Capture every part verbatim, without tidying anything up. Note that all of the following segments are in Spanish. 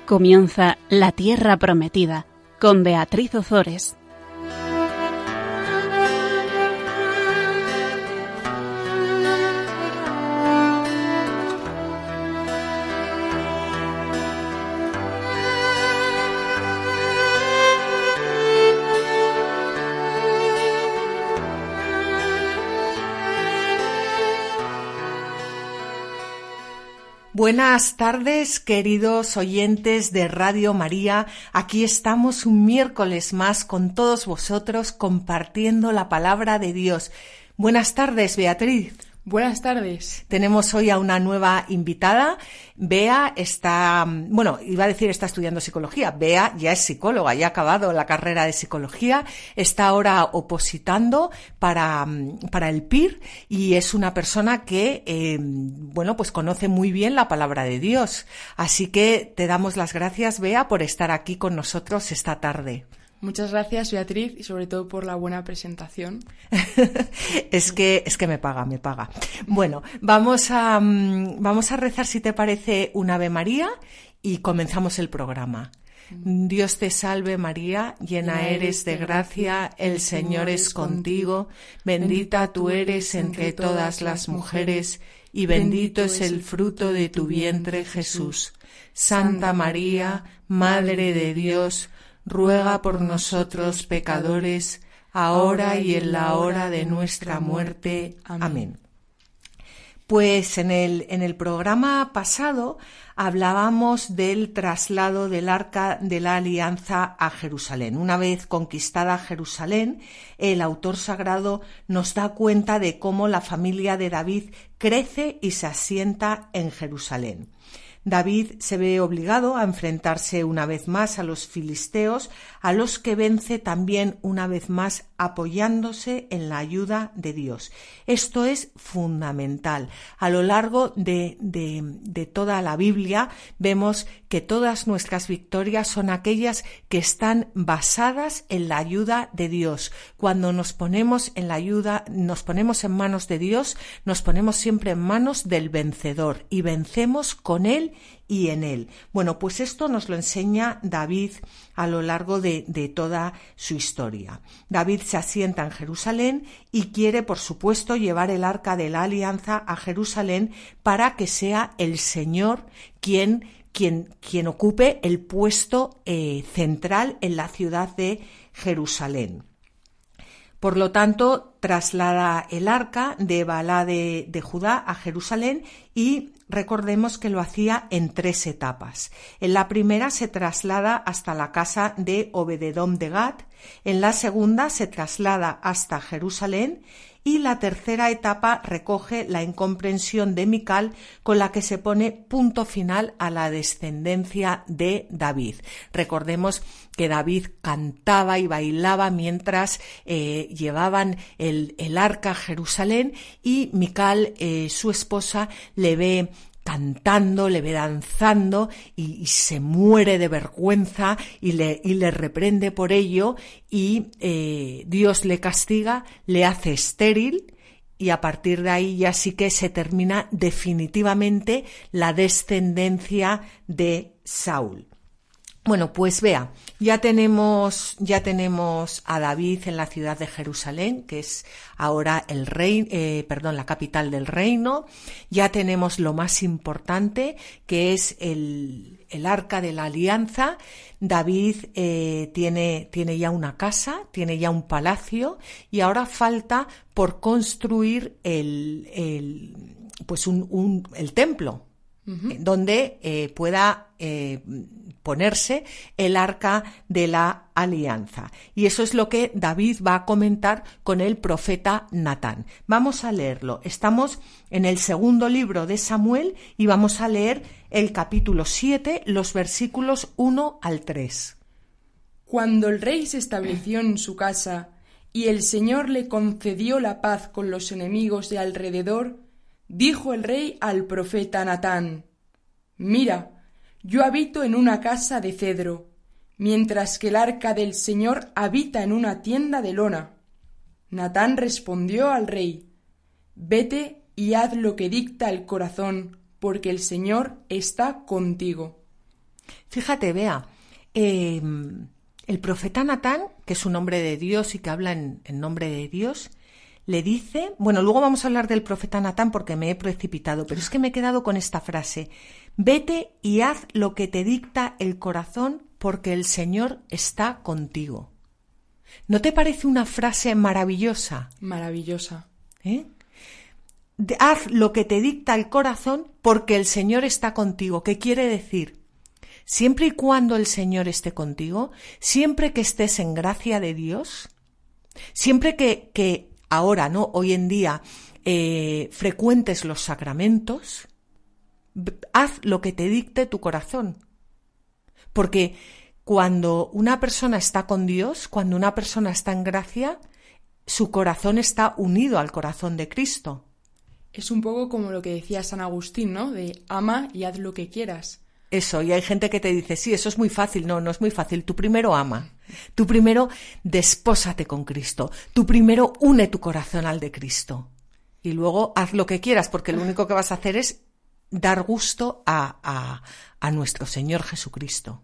Comienza La Tierra Prometida con Beatriz Ozores. Buenas tardes, queridos oyentes de Radio María. Aquí estamos un miércoles más con todos vosotros compartiendo la palabra de Dios. Buenas tardes, Beatriz. Buenas tardes. Tenemos hoy a una nueva invitada. Bea está, bueno, iba a decir está estudiando psicología. Bea ya es psicóloga, ya ha acabado la carrera de psicología, está ahora opositando para, para el P I R y es una persona que, eh, bueno, pues conoce muy bien la palabra de Dios. Así que te damos las gracias, Bea, por estar aquí con nosotros esta tarde. Muchas gracias, Beatriz, y sobre todo por la buena presentación. es que es que me paga, me paga. Bueno, vamos a um, vamos a rezar, si te parece, un Ave María y comenzamos el programa. Dios te salve María, llena eres de gracia, el Señor es contigo, bendita tú eres entre todas las mujeres y bendito es el fruto de tu vientre, Jesús. Santa María, Madre de Dios, ruega por nosotros pecadores, ahora y en la hora de nuestra muerte. Amén. Pues en el, en el programa pasado hablábamos del traslado del Arca de la Alianza a Jerusalén. Una vez conquistada Jerusalén, el autor sagrado nos da cuenta de cómo la familia de David crece y se asienta en Jerusalén. David se ve obligado a enfrentarse una vez más a los filisteos, a los que vence también una vez más apoyándose en la ayuda de Dios. Esto es fundamental. A lo largo de, de, de toda la Biblia vemos que todas nuestras victorias son aquellas que están basadas en la ayuda de Dios. Cuando nos ponemos en la ayuda, nos ponemos en manos de Dios, nos ponemos siempre en manos del vencedor y vencemos con Él y en Él. Bueno, pues esto nos lo enseña David a lo largo de, de toda su historia. David se asienta en Jerusalén y quiere, por supuesto, llevar el Arca de la Alianza a Jerusalén para que sea el Señor quien, quien, quien ocupe el puesto eh, central en la ciudad de Jerusalén. Por lo tanto, traslada el arca de Baalá de, de Judá a Jerusalén y recordemos que lo hacía en tres etapas. En la primera se traslada hasta la casa de Obededom de Gat, en la segunda se traslada hasta Jerusalén y la tercera etapa recoge la incomprensión de Mical con la que se pone punto final a la descendencia de David. Recordemos que David cantaba y bailaba mientras eh, llevaban el, el arca a Jerusalén y Mical, eh, su esposa, le ve cantando, le ve danzando y, y se muere de vergüenza y le, y le reprende por ello y eh, Dios le castiga, le hace estéril y a partir de ahí ya sí que se termina definitivamente la descendencia de Saúl. Bueno, pues vea, ya tenemos, ya tenemos a David en la ciudad de Jerusalén, que es ahora el rey, eh, perdón, la capital del reino. Ya tenemos lo más importante, que es el, el Arca de la Alianza. David eh, tiene, tiene ya una casa, tiene ya un palacio y ahora falta por construir el, el, pues un, un, el templo. Uh-huh. Donde eh, pueda eh, ponerse el Arca de la Alianza. Y eso es lo que David va a comentar con el profeta Natán. Vamos a leerlo. Estamos en el segundo libro de Samuel y vamos a leer el capítulo siete, los versículos uno al tres. Cuando el rey se estableció en su casa y el Señor le concedió la paz con los enemigos de alrededor, dijo el rey al profeta Natán: Mira, yo habito en una casa de cedro, mientras que el arca del Señor habita en una tienda de lona. Natán respondió al rey: Vete y haz lo que dicta el corazón, porque el Señor está contigo. Fíjate, Bea, eh, el profeta Natán, que es un hombre de Dios y que habla en, en nombre de Dios, le dice, bueno, luego vamos a hablar del profeta Natán porque me he precipitado, pero es que me he quedado con esta frase: vete y haz lo que te dicta el corazón porque el Señor está contigo. ¿No te parece una frase maravillosa? Maravillosa. ¿Eh? De, haz lo que te dicta el corazón porque el Señor está contigo. ¿Qué quiere decir? Siempre y cuando el Señor esté contigo, siempre que estés en gracia de Dios, siempre que, que ahora, ¿no? Hoy en día, eh, frecuentes los sacramentos, haz lo que te dicte tu corazón. Porque cuando una persona está con Dios, cuando una persona está en gracia, su corazón está unido al corazón de Cristo. Es un poco como lo que decía San Agustín, ¿no? De ama y haz lo que quieras. Eso, y hay gente que te dice, sí, eso es muy fácil. No, no es muy fácil. Tú primero ama. Tú primero despósate con Cristo. Tú primero une tu corazón al de Cristo. Y luego haz lo que quieras, porque lo único que vas a hacer es dar gusto a, a, a nuestro Señor Jesucristo.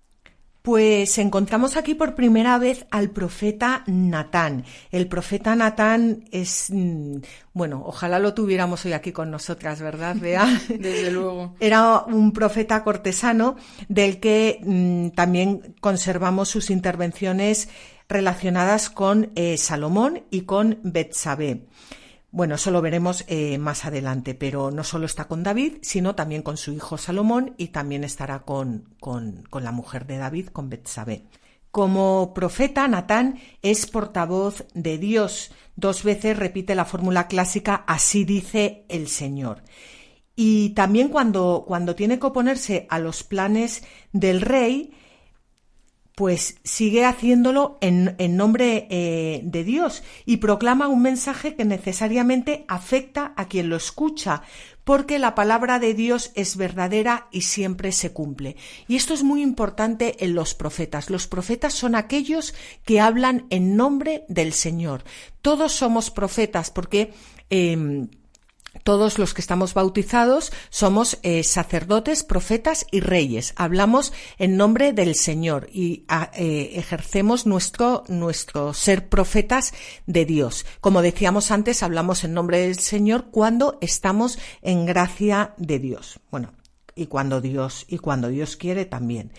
Pues encontramos aquí por primera vez al profeta Natán. El profeta Natán es, bueno, ojalá lo tuviéramos hoy aquí con nosotras, ¿verdad, Bea? Desde luego. Era un profeta cortesano del que mmm, también conservamos sus intervenciones relacionadas con eh, Salomón y con Betsabé. Bueno, eso lo veremos eh, más adelante, pero no solo está con David, sino también con su hijo Salomón y también estará con, con, con la mujer de David, con Betsabé. Como profeta, Natán es portavoz de Dios. Dos veces repite la fórmula clásica, así dice el Señor. Y también cuando, cuando tiene que oponerse a los planes del rey, pues sigue haciéndolo en, en nombre eh, de Dios y proclama un mensaje que necesariamente afecta a quien lo escucha, porque la palabra de Dios es verdadera y siempre se cumple. Y esto es muy importante en los profetas. Los profetas son aquellos que hablan en nombre del Señor. Todos somos profetas porque Eh, Todos los que estamos bautizados somos eh, sacerdotes, profetas y reyes. Hablamos en nombre del Señor y a, eh, ejercemos nuestro, nuestro ser profetas de Dios. Como decíamos antes, hablamos en nombre del Señor cuando estamos en gracia de Dios. Bueno, y cuando Dios, y cuando Dios quiere también.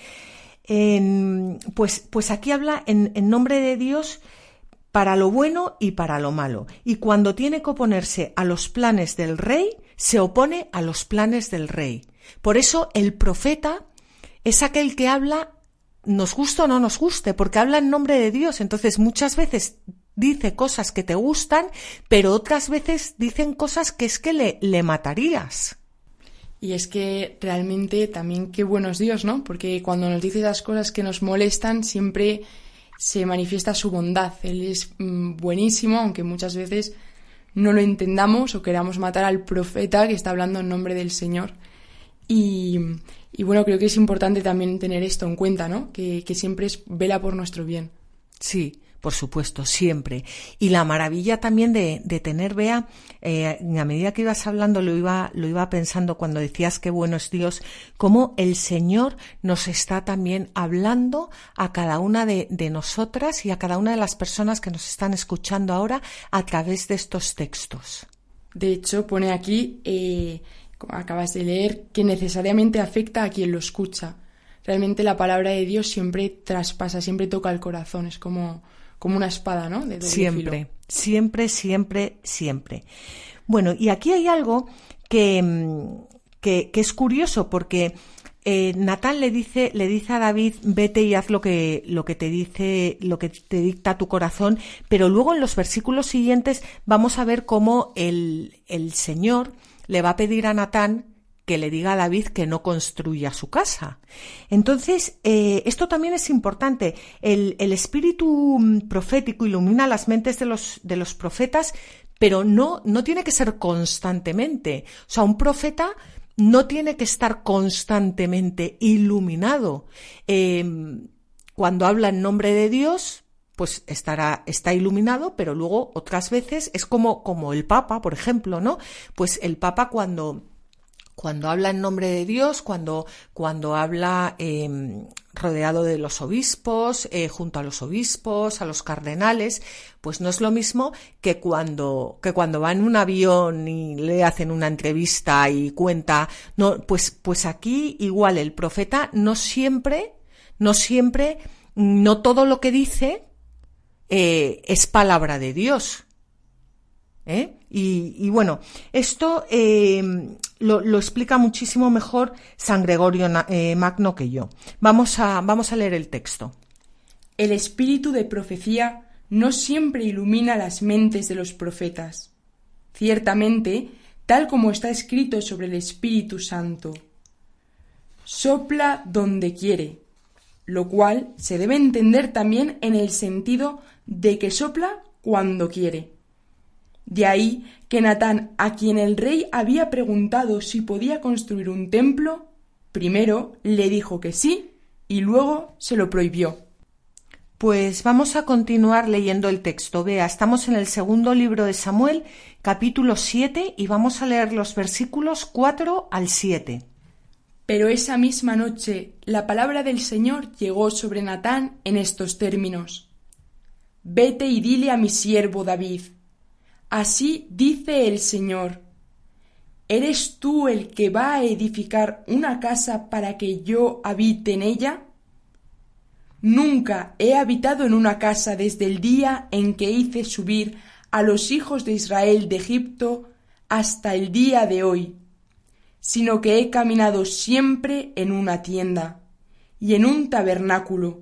Eh, pues, pues aquí habla en, en nombre de Dios para lo bueno y para lo malo. Y cuando tiene que oponerse a los planes del rey, se opone a los planes del rey. Por eso el profeta es aquel que habla, nos guste o no nos guste, porque habla en nombre de Dios. Entonces muchas veces dice cosas que te gustan, pero otras veces dicen cosas que es que le, le matarías. Y es que realmente también qué bueno es Dios, ¿no? Porque cuando nos dice las cosas que nos molestan, siempre se manifiesta su bondad. Él es mmm, buenísimo, aunque muchas veces no lo entendamos o queramos matar al profeta que está hablando en nombre del Señor. Y, y bueno, creo que es importante también tener esto en cuenta, ¿no? Que, que siempre es, vela por nuestro bien. Sí, por supuesto, siempre. Y la maravilla también de, de tener, Bea, eh, a medida que ibas hablando lo iba, lo iba pensando cuando decías qué bueno es Dios, cómo el Señor nos está también hablando a cada una de, de nosotras y a cada una de las personas que nos están escuchando ahora a través de estos textos. De hecho, pone aquí, eh, como acabas de leer, que necesariamente afecta a quien lo escucha. Realmente la palabra de Dios siempre traspasa, siempre toca el corazón, es como... como una espada, ¿no? De doble siempre, filo. siempre, siempre, siempre. Bueno, y aquí hay algo que, que, que es curioso porque eh, Natán le dice, le dice a David, vete y haz lo que, lo que te dice, lo que te dicta tu corazón, pero luego en los versículos siguientes vamos a ver cómo el, el Señor le va a pedir a Natán que le diga a David que no construya su casa. Entonces, eh, esto también es importante. El, el espíritu profético ilumina las mentes de los, de los profetas, pero no, no tiene que ser constantemente. O sea, un profeta no tiene que estar constantemente iluminado. Eh, cuando habla en nombre de Dios, pues estará, está iluminado, pero luego otras veces es como, como el Papa, por ejemplo, ¿no? Pues el Papa cuando... cuando habla en nombre de Dios, cuando, cuando habla eh, rodeado de los obispos, eh, junto a los obispos, a los cardenales, pues no es lo mismo que cuando, que cuando va en un avión y le hacen una entrevista y cuenta, no, pues, pues aquí igual el profeta no siempre, no siempre, no todo lo que dice eh, es palabra de Dios. ¿Eh? Y, y bueno, esto eh, lo, lo explica muchísimo mejor San Gregorio eh, Magno que yo. Vamos a, vamos a leer el texto. El espíritu de profecía no siempre ilumina las mentes de los profetas. Ciertamente, tal como está escrito sobre el Espíritu Santo, sopla donde quiere, lo cual se debe entender también en el sentido de que sopla cuando quiere. De ahí que Natán, a quien el rey había preguntado si podía construir un templo, primero le dijo que sí y luego se lo prohibió. Pues vamos a continuar leyendo el texto. Vea, estamos en el segundo libro de Samuel, capítulo siete, y vamos a leer los versículos cuatro al siete. Pero esa misma noche la palabra del Señor llegó sobre Natán en estos términos: Vete y dile a mi siervo David, así dice el Señor, ¿eres tú el que va a edificar una casa para que yo habite en ella? Nunca he habitado en una casa desde el día en que hice subir a los hijos de Israel de Egipto hasta el día de hoy, sino que he caminado siempre en una tienda y en un tabernáculo.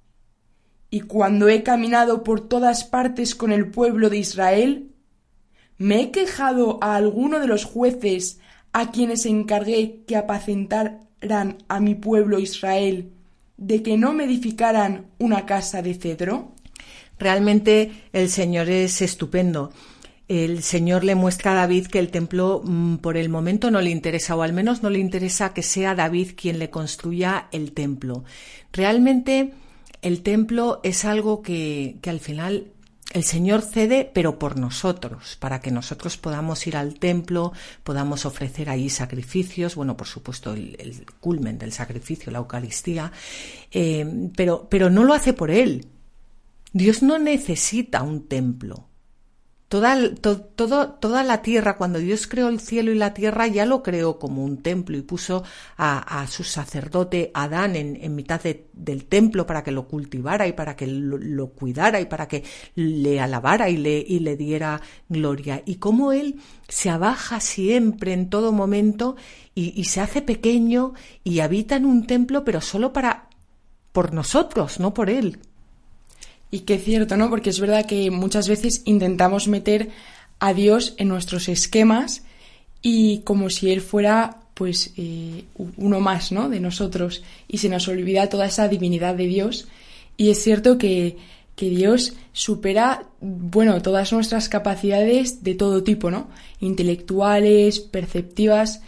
Y cuando he caminado por todas partes con el pueblo de Israel, ¿me he quejado a alguno de los jueces a quienes encargué que apacentaran a mi pueblo Israel de que no me edificaran una casa de cedro? Realmente el Señor es estupendo. El Señor le muestra a David que el templo mmm, por el momento no le interesa, o al menos no le interesa que sea David quien le construya el templo. Realmente el templo es algo que, que al final el Señor cede, pero por nosotros, para que nosotros podamos ir al templo, podamos ofrecer ahí sacrificios, bueno, por supuesto el, el culmen del sacrificio, la Eucaristía, eh, pero, pero no lo hace por Él. Dios no necesita un templo. Toda, to, todo, toda la tierra, cuando Dios creó el cielo y la tierra, ya lo creó como un templo y puso a, a su sacerdote Adán en, en mitad de, del templo para que lo cultivara y para que lo, lo cuidara y para que le alabara y le, y le diera gloria. Y cómo Él se abaja siempre, en todo momento, y, y se hace pequeño y habita en un templo, pero solo para, por nosotros, no por Él. Y qué cierto, ¿no? Porque es verdad que muchas veces intentamos meter a Dios en nuestros esquemas y como si Él fuera, pues, eh, uno más, ¿no?, de nosotros, y se nos olvida toda esa divinidad de Dios. Y es cierto que, que Dios supera, bueno, todas nuestras capacidades de todo tipo, ¿no?, intelectuales, perceptivas.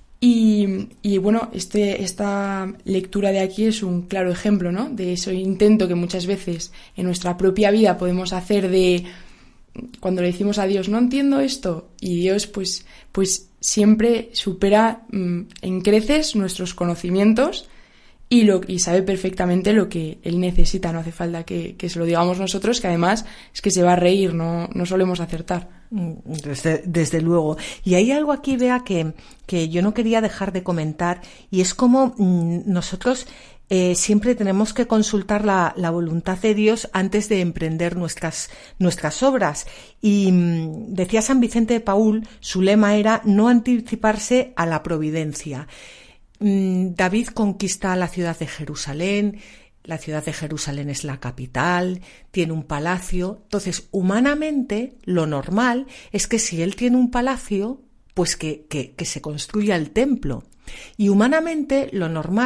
Y, y bueno, este, esta lectura de aquí es un claro ejemplo, ¿no?, de ese intento que muchas veces en nuestra propia vida podemos hacer de cuando le decimos a Dios, no entiendo esto, y Dios pues, pues siempre supera mmm, en creces nuestros conocimientos y, lo, y sabe perfectamente lo que Él necesita. No hace falta que, que se lo digamos nosotros, que además es que se va a reír, no, no solemos acertar. Desde, desde luego. Y hay algo aquí, Bea, que, que yo no quería dejar de comentar, y es como mmm, nosotros eh, siempre tenemos que consultar la, la voluntad de Dios antes de emprender nuestras, nuestras obras. Y mmm, decía San Vicente de Paúl, su lema era no anticiparse a la providencia. Mmm, David conquista la ciudad de Jerusalén. La ciudad de Jerusalén es la capital, tiene un palacio. Entonces, humanamente, lo normal es que si él tiene un palacio, pues que, que, que se construya el templo. Y humanamente, lo normal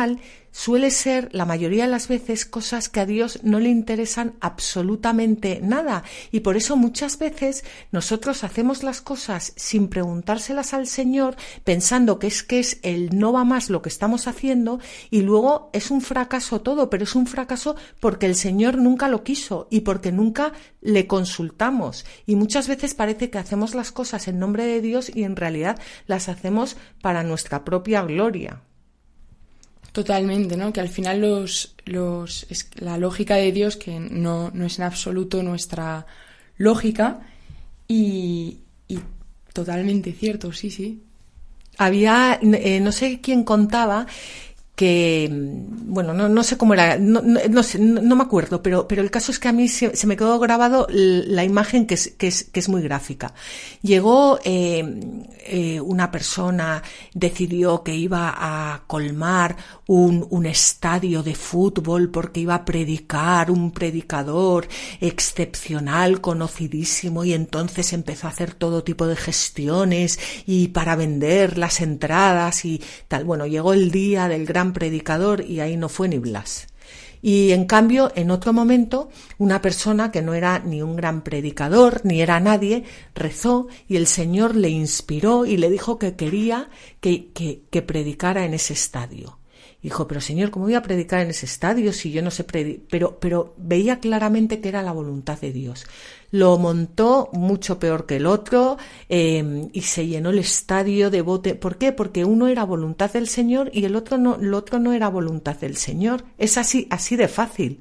suele ser la mayoría de las veces cosas que a Dios no le interesan absolutamente nada, y por eso muchas veces nosotros hacemos las cosas sin preguntárselas al Señor, pensando que es que es el no va más lo que estamos haciendo, y luego es un fracaso todo, pero es un fracaso porque el Señor nunca lo quiso y porque nunca le consultamos, y muchas veces parece que hacemos las cosas en nombre de Dios y en realidad las hacemos para nuestra propia gloria. Totalmente, ¿no? Que al final los, los, es la lógica de Dios, que no, no es en absoluto nuestra lógica, y, y totalmente cierto, sí, sí. Había, eh, no sé quién contaba que, bueno, no, no sé cómo era, no, no, no sé, no, no me acuerdo, pero, pero el caso es que a mí se, se me quedó grabado la imagen que es, que es, que es muy gráfica. Llegó eh, eh, una persona, decidió que iba a colmar un, un estadio de fútbol porque iba a predicar un predicador excepcional, conocidísimo, y entonces empezó a hacer todo tipo de gestiones y para vender las entradas y tal. Bueno, llegó el día del gran predicador y ahí no fue ni Blas. Y en cambio, en otro momento, una persona que no era ni un gran predicador, ni era nadie, rezó y el Señor le inspiró y le dijo que quería que, que, que predicara en ese estadio. Dijo, pero Señor, ¿cómo voy a predicar en ese estadio si yo no sé predicar? Pero, pero veía claramente que era la voluntad de Dios. Lo montó mucho peor que el otro eh, y se llenó el estadio de bote. ¿Por qué? Porque uno era voluntad del Señor y el otro no, el otro no era voluntad del Señor. Es así, así de fácil.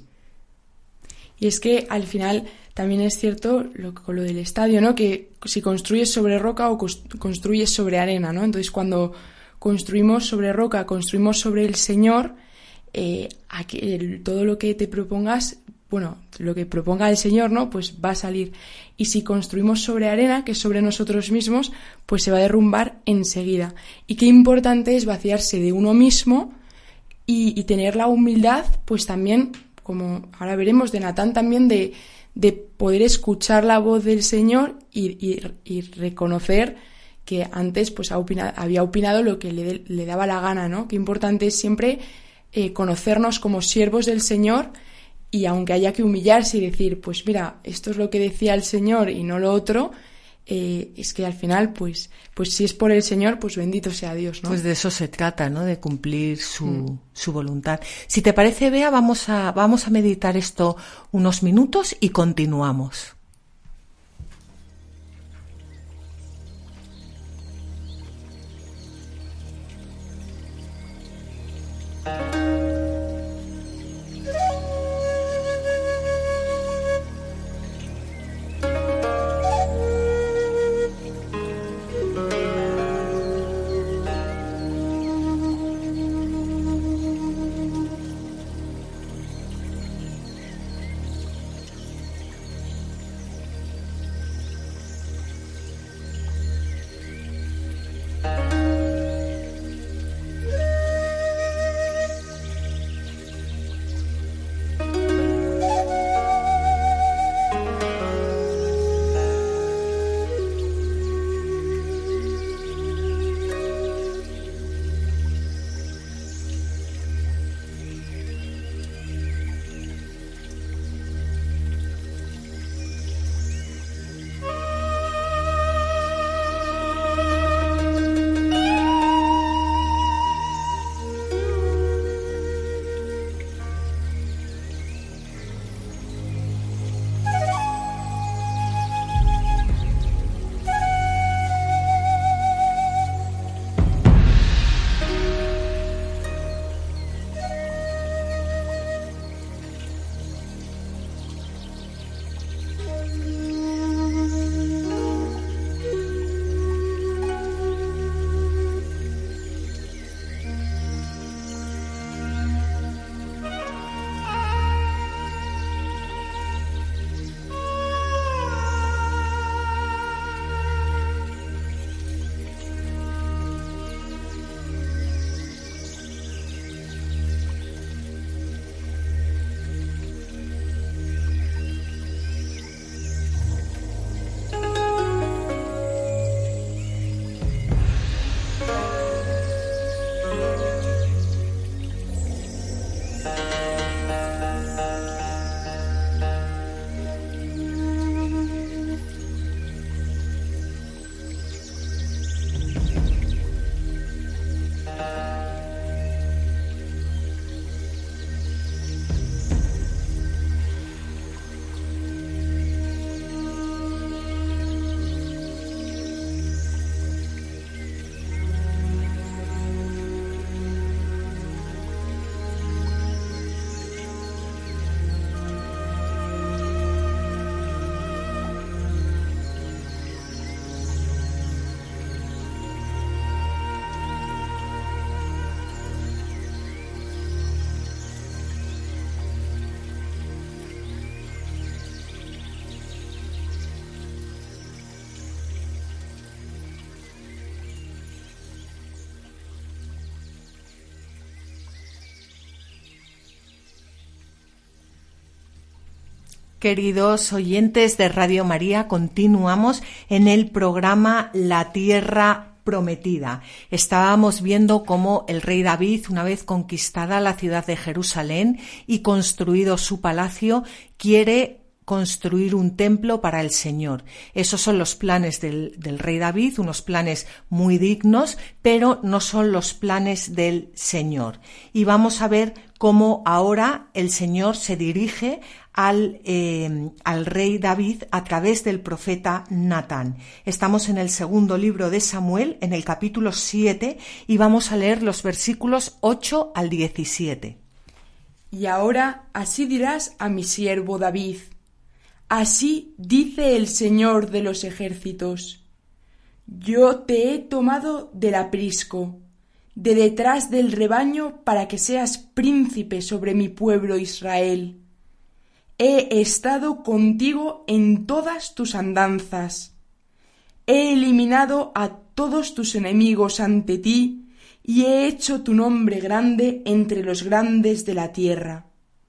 Y es que al final también es cierto lo, con lo del estadio, ¿no? Que si construyes sobre roca o construyes sobre arena, ¿no? Entonces cuando construimos sobre roca, construimos sobre el Señor, eh, aquí, el, todo lo que te propongas, bueno, lo que proponga el Señor, ¿no? Pues va a salir. Y si construimos sobre arena, que es sobre nosotros mismos, pues se va a derrumbar enseguida. Y qué importante es vaciarse de uno mismo y, y tener la humildad, pues también, como ahora veremos de Natán también, de, de poder escuchar la voz del Señor y, y, y reconocer que antes pues ha opinado, había opinado lo que le, le daba la gana, ¿no? Qué importante es siempre eh, conocernos como siervos del Señor, y aunque haya que humillarse y decir, pues mira, esto es lo que decía el Señor y no lo otro, eh, es que al final, pues, pues si es por el Señor, pues bendito sea Dios, ¿no? Pues de eso se trata, ¿no? De cumplir su, mm. su voluntad. Si te parece, Bea, vamos a, vamos a meditar esto unos minutos y continuamos. Queridos oyentes de Radio María, continuamos en el programa La Tierra Prometida. Estábamos viendo cómo el rey David, una vez conquistada la ciudad de Jerusalén y construido su palacio, quiere construir un templo para el Señor. Esos son los planes del, del rey David, unos planes muy dignos, pero no son los planes del Señor. Y vamos a ver cómo ahora el Señor se dirige al, eh, al rey David a través del profeta Natán. Estamos en el segundo libro de Samuel, en el capítulo siete, y vamos a leer los versículos ocho al diecisiete. Y ahora así dirás a mi siervo David: así dice el Señor de los ejércitos: yo te he tomado del aprisco, de detrás del rebaño, para que seas príncipe sobre mi pueblo Israel. He estado contigo en todas tus andanzas. He eliminado a todos tus enemigos ante ti y he hecho tu nombre grande entre los grandes de la tierra.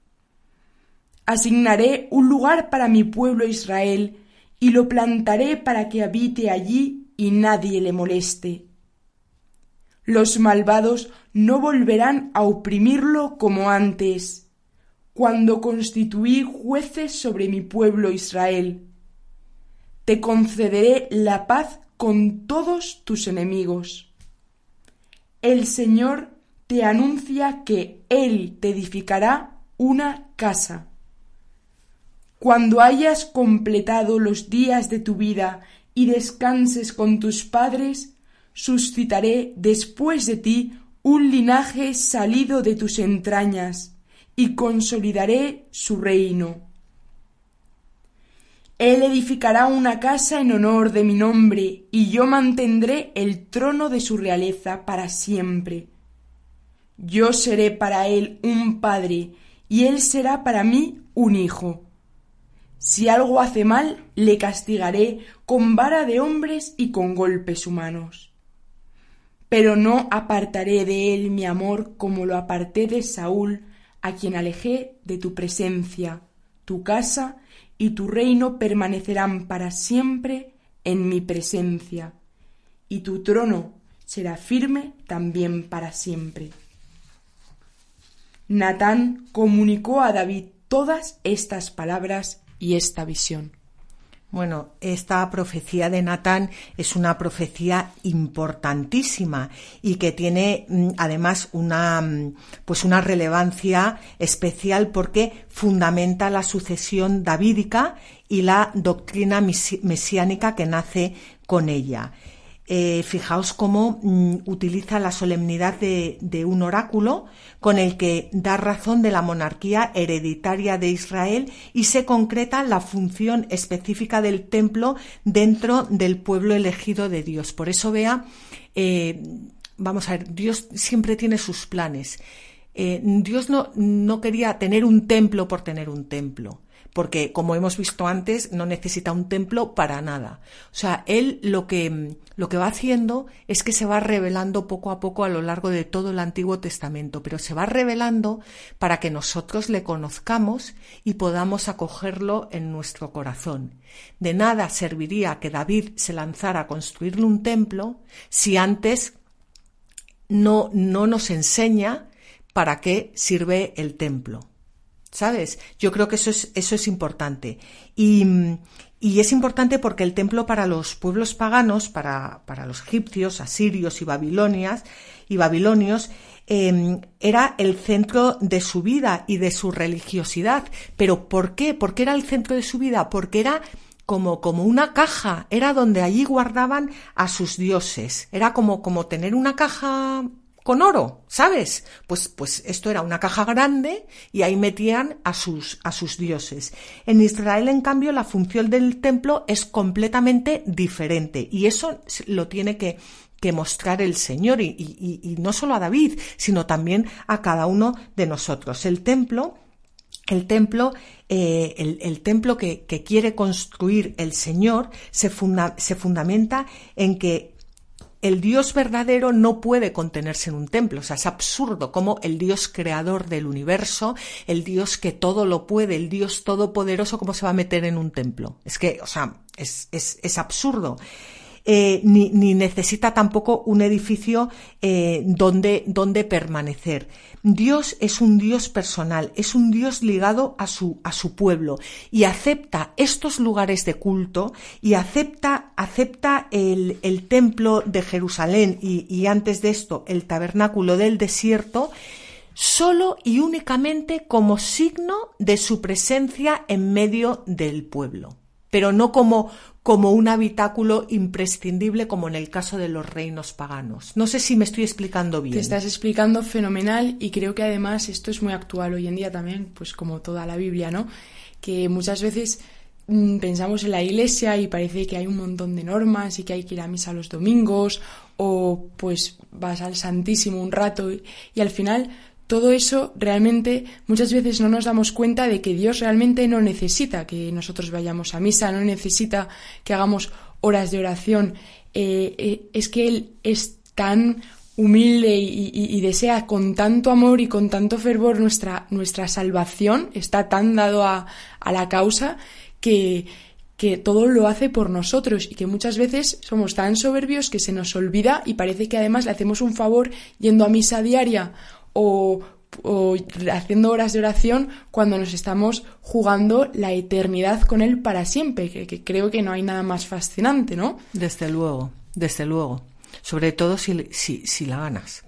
Asignaré un lugar para mi pueblo Israel y lo plantaré para que habite allí y nadie le moleste. Los malvados no volverán a oprimirlo como antes, cuando constituí jueces sobre mi pueblo Israel. Te concederé la paz con todos tus enemigos. El Señor te anuncia que Él te edificará una casa. Cuando hayas completado los días de tu vida y descanses con tus padres, suscitaré después de ti un linaje salido de tus entrañas y consolidaré su reino. Él edificará una casa en honor de mi nombre y yo mantendré el trono de su realeza para siempre. Yo seré para él un padre y él será para mí un hijo. Si algo hace mal, le castigaré con vara de hombres y con golpes humanos. Pero no apartaré de él mi amor como lo aparté de Saúl, a quien alejé de tu presencia. Tu casa y tu reino permanecerán para siempre en mi presencia, y tu trono será firme también para siempre. Natán comunicó a David todas estas palabras y esta visión. Bueno, esta profecía de Natán es una profecía importantísima y que tiene además una, pues una relevancia especial porque fundamenta la sucesión davídica y la doctrina mesiánica que nace con ella. Eh, fijaos cómo mm, utiliza la solemnidad de, de un oráculo con el que da razón de la monarquía hereditaria de Israel y se concreta la función específica del templo dentro del pueblo elegido de Dios. Por eso vea, eh, vamos a ver, Dios siempre tiene sus planes. Eh, Dios no, no quería tener un templo por tener un templo, porque como hemos visto antes no necesita un templo para nada. O sea, él lo que, lo que va haciendo es que se va revelando poco a poco a lo largo de todo el Antiguo Testamento, pero se va revelando para que nosotros le conozcamos y podamos acogerlo en nuestro corazón. De nada serviría que David se lanzara a construirle un templo si antes no, no nos enseña para qué sirve el templo. ¿Sabes? Yo creo que eso es, eso es importante. Y, y es importante porque el templo para los pueblos paganos, para, para los egipcios, asirios y babilonias, y babilonios, eh, era el centro de su vida y de su religiosidad. ¿Pero por qué? ¿Por qué era el centro de su vida? Porque era como, como una caja, era donde allí guardaban a sus dioses. Era como, como tener una caja con oro, ¿sabes? Pues, pues esto era una caja grande y ahí metían a sus, a sus dioses. En Israel, en cambio, la función del templo es completamente diferente y eso lo tiene que, que mostrar el Señor y, y, y no solo a David, sino también a cada uno de nosotros. El templo, el templo, eh, el, el templo que, que quiere construir el Señor se, funda, se fundamenta en que el Dios verdadero no puede contenerse en un templo. O sea, es absurdo como el Dios creador del universo, el Dios que todo lo puede, el Dios todopoderoso, ¿cómo se va a meter en un templo? Es que, o sea, es, es, es absurdo. Eh, ni, ni necesita tampoco un edificio eh, donde, donde permanecer. Dios es un Dios personal, es un Dios ligado a su, a su pueblo y acepta estos lugares de culto y acepta, acepta el, el templo de Jerusalén y, y antes de esto el tabernáculo del desierto solo y únicamente como signo de su presencia en medio del pueblo, pero no como como un habitáculo imprescindible como en el caso de los reinos paganos. No sé si me estoy explicando bien. Te estás explicando fenomenal y creo que además esto es muy actual hoy en día también, pues como toda la Biblia, ¿no? Que muchas veces mmm, pensamos en la iglesia y parece que hay un montón de normas y que hay que ir a misa los domingos o pues vas al Santísimo un rato y, y al final todo eso realmente muchas veces no nos damos cuenta de que Dios realmente no necesita que nosotros vayamos a misa, no necesita que hagamos horas de oración. Eh, eh, es que Él es tan humilde y, y, y desea con tanto amor y con tanto fervor nuestra, nuestra salvación, está tan dado a, a la causa que, que todo lo hace por nosotros y que muchas veces somos tan soberbios que se nos olvida y parece que además le hacemos un favor yendo a misa diaria O, o haciendo horas de oración cuando nos estamos jugando la eternidad con Él para siempre, que, que creo que no hay nada más fascinante, ¿no? Desde luego, desde luego. Sobre todo si, si, si la ganas.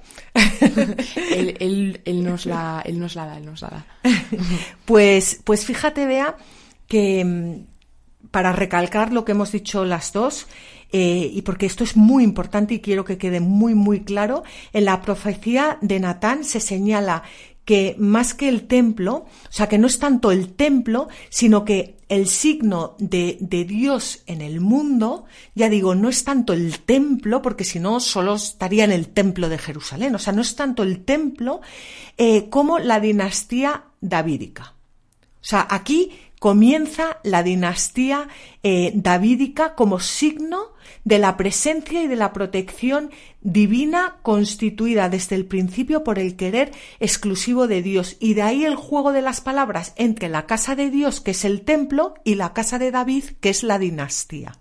él, él, él, nos la, él nos la da, él nos la da. Pues, pues fíjate, Bea, que para recalcar lo que hemos dicho las dos, Eh, y porque esto es muy importante y quiero que quede muy muy claro, en la profecía de Natán se señala que más que el templo, o sea que no es tanto el templo, sino que el signo de, de Dios en el mundo, ya digo, no es tanto el templo, porque si no solo estaría en el templo de Jerusalén, o sea, no es tanto el templo eh, como la dinastía davídica. O sea, aquí comienza la dinastía eh, davídica como signo de la presencia y de la protección divina constituida desde el principio por el querer exclusivo de Dios. Y de ahí el juego de las palabras entre la casa de Dios, que es el templo, y la casa de David, que es la dinastía.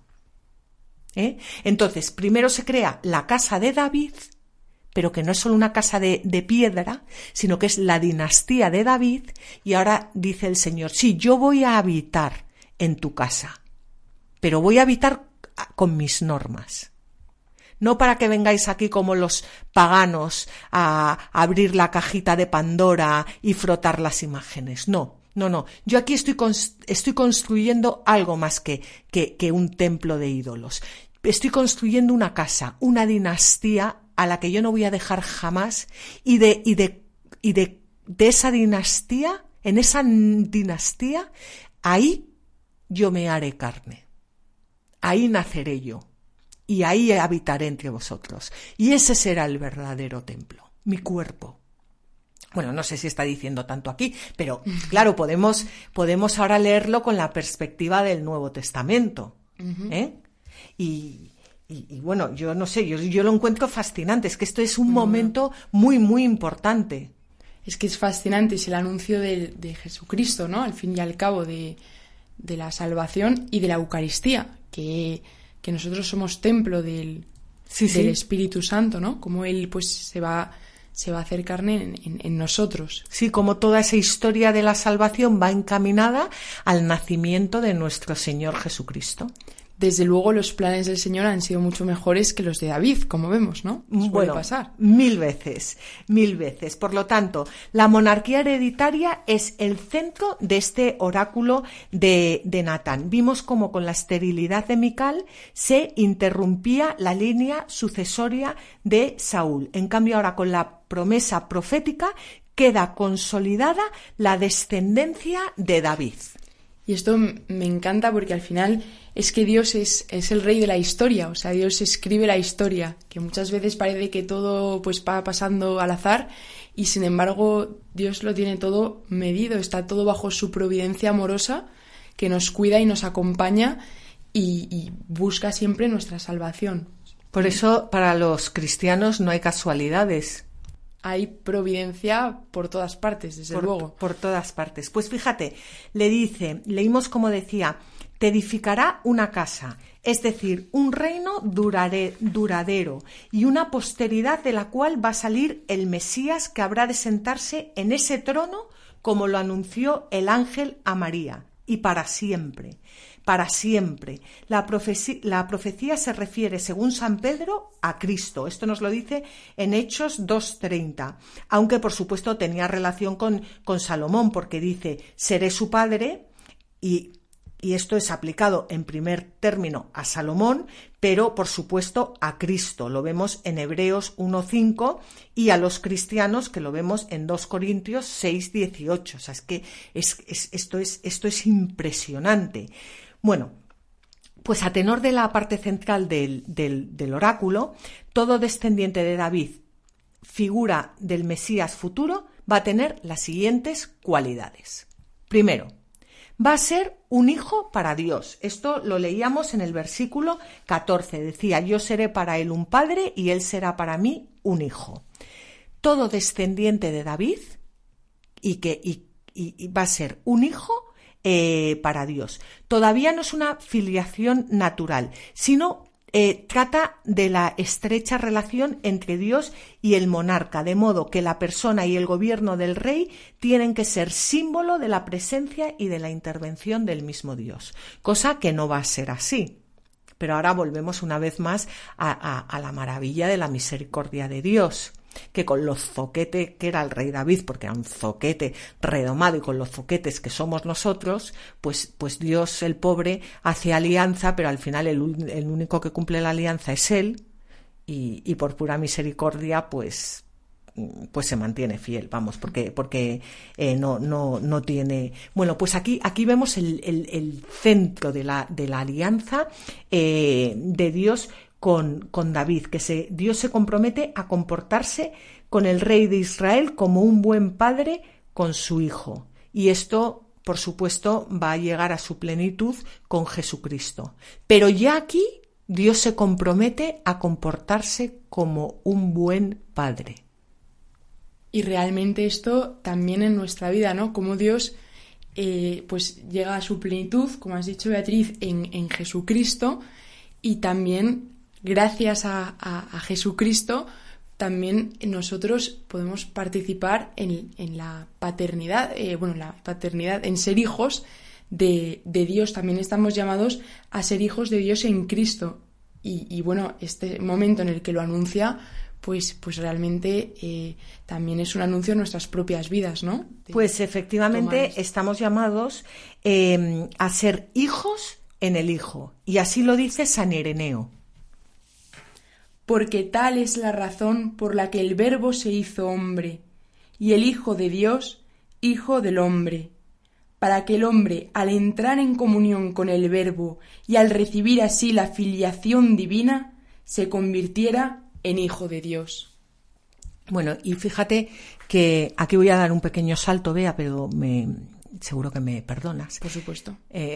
¿Eh? Entonces, primero se crea la casa de David, pero que no es solo una casa de, de piedra, sino que es la dinastía de David, y ahora dice el Señor, sí, yo voy a habitar en tu casa, pero voy a habitar con mis normas. No para que vengáis aquí como los paganos a, a abrir la cajita de Pandora y frotar las imágenes, no. No, no, yo aquí estoy, estoy construyendo algo más que, que, que un templo de ídolos. Estoy construyendo una casa, una dinastía a la que yo no voy a dejar jamás, y de, y de, y de, de esa dinastía, en esa dinastía, ahí yo me haré carne. Ahí naceré yo, y ahí habitaré entre vosotros. Y ese será el verdadero templo, mi cuerpo. Bueno, no sé si está diciendo tanto aquí, pero claro, podemos, podemos ahora leerlo con la perspectiva del Nuevo Testamento. ¿Eh? Y, y, y bueno, yo no sé, yo, yo lo encuentro fascinante. Es que esto es un uh-huh. momento muy, muy importante. Es que es fascinante, es el anuncio de, de Jesucristo, ¿no? Al fin y al cabo, de, de la salvación y de la Eucaristía, que, que nosotros somos templo del, sí, del sí. Espíritu Santo, ¿no? Como Él pues se va... se va a hacer carne en, en, en nosotros. Sí, como toda esa historia de la salvación va encaminada al nacimiento de nuestro Señor Jesucristo. Desde luego los planes del Señor han sido mucho mejores que los de David, como vemos, ¿no? Nos bueno, puede pasar. mil veces, mil veces. Por lo tanto, la monarquía hereditaria es el centro de este oráculo de, de Natán. Vimos cómo con la esterilidad de Mical se interrumpía la línea sucesoria de Saúl. En cambio, ahora con la promesa profética queda consolidada la descendencia de David. Y esto me encanta porque al final es que Dios es, es el rey de la historia, o sea, Dios escribe la historia, que muchas veces parece que todo pues va pasando al azar y sin embargo Dios lo tiene todo medido, está todo bajo su providencia amorosa que nos cuida y nos acompaña y, y busca siempre nuestra salvación. Por eso, para los cristianos no hay casualidades. Hay providencia por todas partes, desde por, luego. Por todas partes. Pues fíjate, le dice, leímos como decía, te edificará una casa, es decir, un reino durare, duradero y una posteridad de la cual va a salir el Mesías que habrá de sentarse en ese trono como lo anunció el ángel a María, y para siempre. Para siempre. La profecía, la profecía se refiere, según San Pedro, a Cristo. Esto nos lo dice en Hechos dos treinta. Aunque, por supuesto, tenía relación con, con Salomón, porque dice, seré su padre, y, y esto es aplicado en primer término a Salomón, pero, por supuesto, a Cristo. Lo vemos en Hebreos uno cinco y a los cristianos, que lo vemos en dos Corintios seis dieciocho. O sea, es que es, es, esto, es, esto es impresionante. Bueno, pues a tenor de la parte central del, del, del oráculo, todo descendiente de David, figura del Mesías futuro, va a tener las siguientes cualidades. Primero, va a ser un hijo para Dios. Esto lo leíamos en el versículo catorce. Decía, yo seré para él un padre y él será para mí un hijo. Todo descendiente de David y que y, y, y va a ser un hijo Eh, para Dios. Todavía no es una filiación natural, sino eh, trata de la estrecha relación entre Dios y el monarca, de modo que la persona y el gobierno del rey tienen que ser símbolo de la presencia y de la intervención del mismo Dios, cosa que no va a ser así. Pero ahora volvemos una vez más a, a, a la maravilla de la misericordia de Dios, que con los zoquete que era el rey David, porque era un zoquete redomado, y con los zoquetes que somos nosotros, pues, pues Dios, el pobre, hace alianza, pero al final el, el único que cumple la alianza es él, y, y por pura misericordia, pues, pues se mantiene fiel, vamos, porque, porque eh, no, no, no tiene. Bueno, pues aquí, aquí vemos el, el, el centro de la, de la alianza eh, de Dios Con, con David, que se, Dios se compromete a comportarse con el rey de Israel como un buen padre con su hijo. Y esto, por supuesto, va a llegar a su plenitud con Jesucristo. Pero ya aquí Dios se compromete a comportarse como un buen padre. Y realmente esto también en nuestra vida, ¿no? Como Dios eh, pues llega a su plenitud, como has dicho, Beatriz, en, en Jesucristo, y también gracias a, a, a Jesucristo, también nosotros podemos participar en, en la paternidad, eh, bueno, la paternidad, en ser hijos de, de Dios. También estamos llamados a ser hijos de Dios en Cristo. Y, y bueno, este momento en el que lo anuncia, pues, pues realmente eh, también es un anuncio en nuestras propias vidas, ¿no? De pues efectivamente estamos llamados eh, a ser hijos en el Hijo. Y así lo dice San Ireneo. Porque tal es la razón por la que el Verbo se hizo hombre, y el Hijo de Dios, Hijo del hombre, para que el hombre, al entrar en comunión con el Verbo y al recibir así la filiación divina, se convirtiera en Hijo de Dios. Bueno, y fíjate que aquí voy a dar un pequeño salto, Bea, pero me, seguro que me perdonas. Por supuesto. Eh,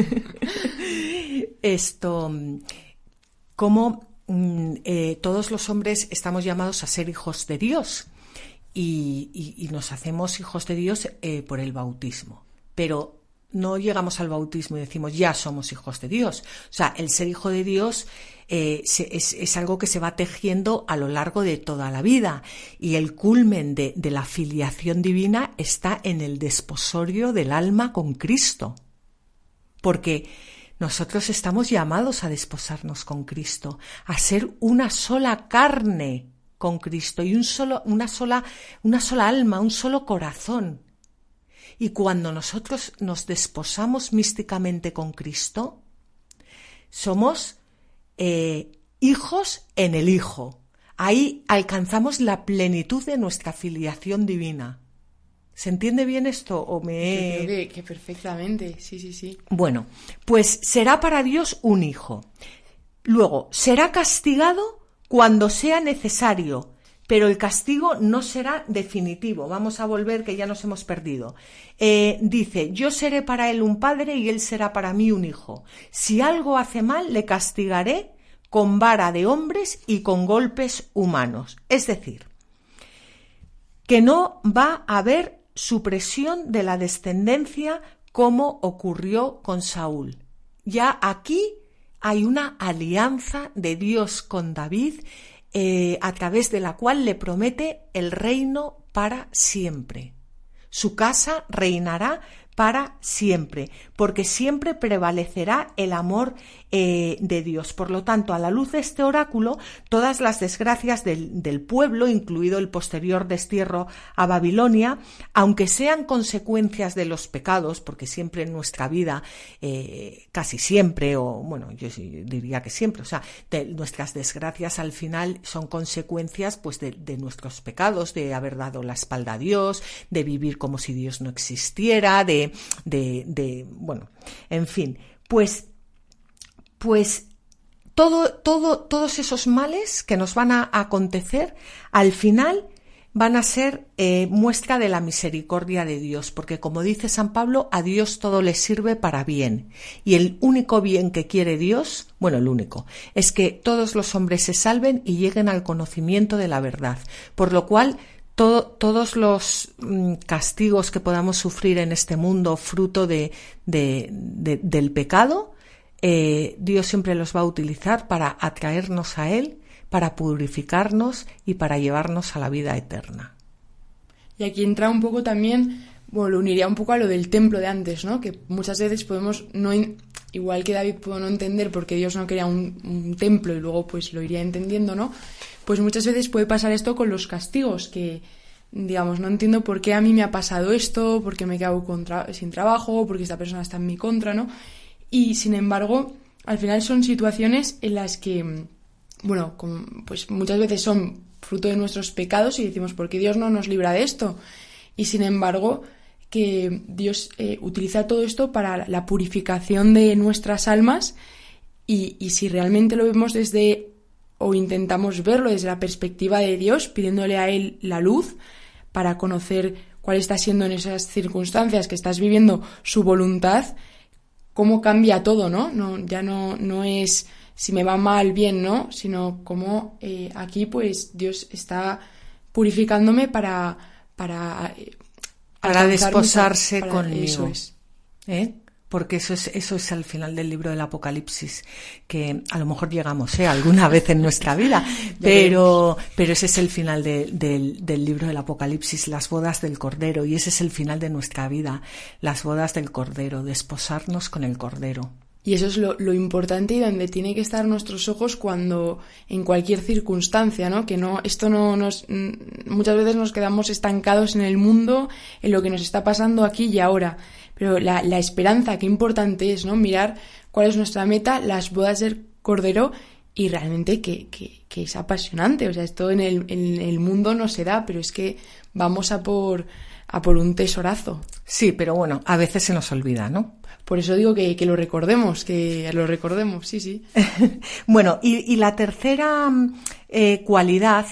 esto, como Eh, todos los hombres estamos llamados a ser hijos de Dios y, y, y nos hacemos hijos de Dios eh, por el bautismo, pero no llegamos al bautismo y decimos ya somos hijos de Dios. O sea, el ser hijo de Dios eh, se, es, es algo que se va tejiendo a lo largo de toda la vida, y el culmen de, de la filiación divina está en el desposorio del alma con Cristo, porque nosotros estamos llamados a desposarnos con Cristo, a ser una sola carne con Cristo y un solo, una sola, una sola alma, un solo corazón. Y cuando nosotros nos desposamos místicamente con Cristo, somos eh, hijos en el Hijo. Ahí alcanzamos la plenitud de nuestra filiación divina. ¿Se entiende bien esto o me he...? Yo creo que, que perfectamente, sí, sí, sí. Bueno, pues será para Dios un hijo. Luego, será castigado cuando sea necesario, pero el castigo no será definitivo. Vamos a volver, que ya nos hemos perdido. Eh, dice, yo seré para él un padre y él será para mí un hijo. Si algo hace mal, le castigaré con vara de hombres y con golpes humanos. Es decir, que no va a haber supresión de la descendencia como ocurrió con Saúl. Ya aquí hay una alianza de Dios con David, eh, a través de la cual le promete el reino para siempre. Su casa reinará para siempre, porque siempre prevalecerá el amor eh, de Dios. Por lo tanto, a la luz de este oráculo, todas las desgracias del, del pueblo, incluido el posterior destierro a Babilonia, aunque sean consecuencias de los pecados, porque siempre en nuestra vida, eh, casi siempre, o bueno, yo diría que siempre, o sea, de nuestras desgracias al final son consecuencias pues de, de nuestros pecados, de haber dado la espalda a Dios, de vivir como si Dios no existiera, de De, de, bueno, en fin, pues, pues todo, todo, todos esos males que nos van a acontecer, al final van a ser eh, muestra de la misericordia de Dios, porque como dice San Pablo, a Dios todo le sirve para bien, y el único bien que quiere Dios, bueno, el único, es que todos los hombres se salven y lleguen al conocimiento de la verdad, por lo cual Todo, todos los mm, castigos que podamos sufrir en este mundo fruto de, de, de, del pecado, eh, Dios siempre los va a utilizar para atraernos a Él, para purificarnos y para llevarnos a la vida eterna. Y aquí entra un poco también, bueno, lo uniría un poco a lo del templo de antes, ¿no? Que muchas veces podemos, no igual que David pudo no entender porque Dios no quería un, un templo y luego pues lo iría entendiendo, ¿no? Pues muchas veces puede pasar esto con los castigos, que, digamos, no entiendo por qué a mí me ha pasado esto, por qué me quedo contra, sin trabajo, porque esta persona está en mi contra, ¿no? Y, sin embargo, al final son situaciones en las que, bueno, pues muchas veces son fruto de nuestros pecados y decimos, ¿por qué Dios no nos libra de esto? Y, sin embargo, que Dios eh, utiliza todo esto para la purificación de nuestras almas y, y si realmente lo vemos desde... o intentamos verlo desde la perspectiva de Dios, pidiéndole a Él la luz para conocer cuál está siendo en esas circunstancias que estás viviendo su voluntad, cómo cambia todo, ¿no? No ya no, no es si me va mal, bien, ¿no? Sino cómo eh, aquí pues Dios está purificándome para... Para, eh, para desposarse para, conmigo. Eso es. ¿Eh? Porque eso es, eso es al final del libro del Apocalipsis, que a lo mejor llegamos ¿eh? alguna vez en nuestra vida, pero, pero ese es el final de, de, del libro del Apocalipsis, las bodas del Cordero, y ese es el final de nuestra vida, las bodas del Cordero, desposarnos con el Cordero. Y eso es lo, lo importante y donde tiene que estar nuestros ojos cuando, en cualquier circunstancia, ¿no? Que no, esto no nos, muchas veces nos quedamos estancados en el mundo, en lo que nos está pasando aquí y ahora. Pero la, la esperanza, qué importante es, ¿no? Mirar cuál es nuestra meta, las bodas del Cordero, y realmente que, que, que es apasionante. O sea, esto en el, en el mundo no se da, pero es que vamos a por, a por un tesorazo. Sí, pero bueno, a veces se nos olvida, ¿no? Por eso digo que, que lo recordemos, que lo recordemos, sí, sí. Bueno, y, y la tercera eh, cualidad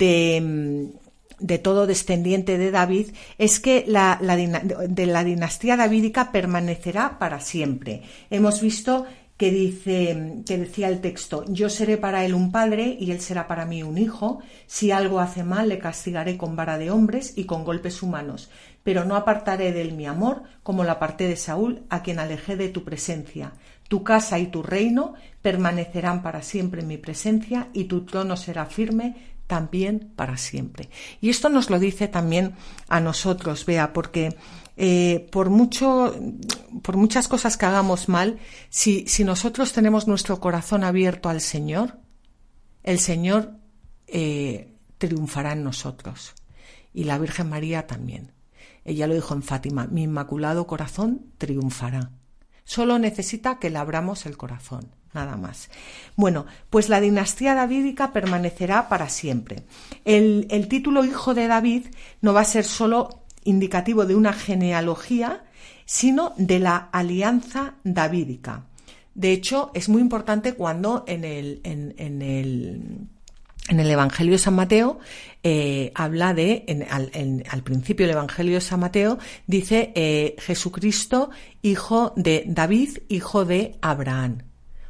de... de todo descendiente de David, es que la, la, de la dinastía davídica permanecerá para siempre. Hemos visto que dice, que decía el texto, yo seré para él un padre y él será para mí un hijo, si algo hace mal le castigaré con vara de hombres y con golpes humanos, pero no apartaré de él mi amor, como lo aparté de Saúl, a quien alejé de tu presencia. Tu casa y tu reino permanecerán para siempre en mi presencia y tu trono será firme también para siempre. Y esto nos lo dice también a nosotros, Bea, porque eh, por mucho, por muchas cosas que hagamos mal, si, si nosotros tenemos nuestro corazón abierto al Señor, el Señor eh, triunfará en nosotros. Y la Virgen María también. Ella lo dijo en Fátima, mi inmaculado corazón triunfará. Solo necesita que le abramos el corazón. Nada más. Bueno, pues la dinastía davídica permanecerá para siempre. El, el título Hijo de David no va a ser solo indicativo de una genealogía, sino de la alianza davídica. De hecho, es muy importante cuando en el, en, en el, en el Evangelio de San Mateo eh, habla de, en, al, en, al principio del Evangelio de San Mateo, dice eh, Jesucristo, hijo de David, hijo de Abraham. O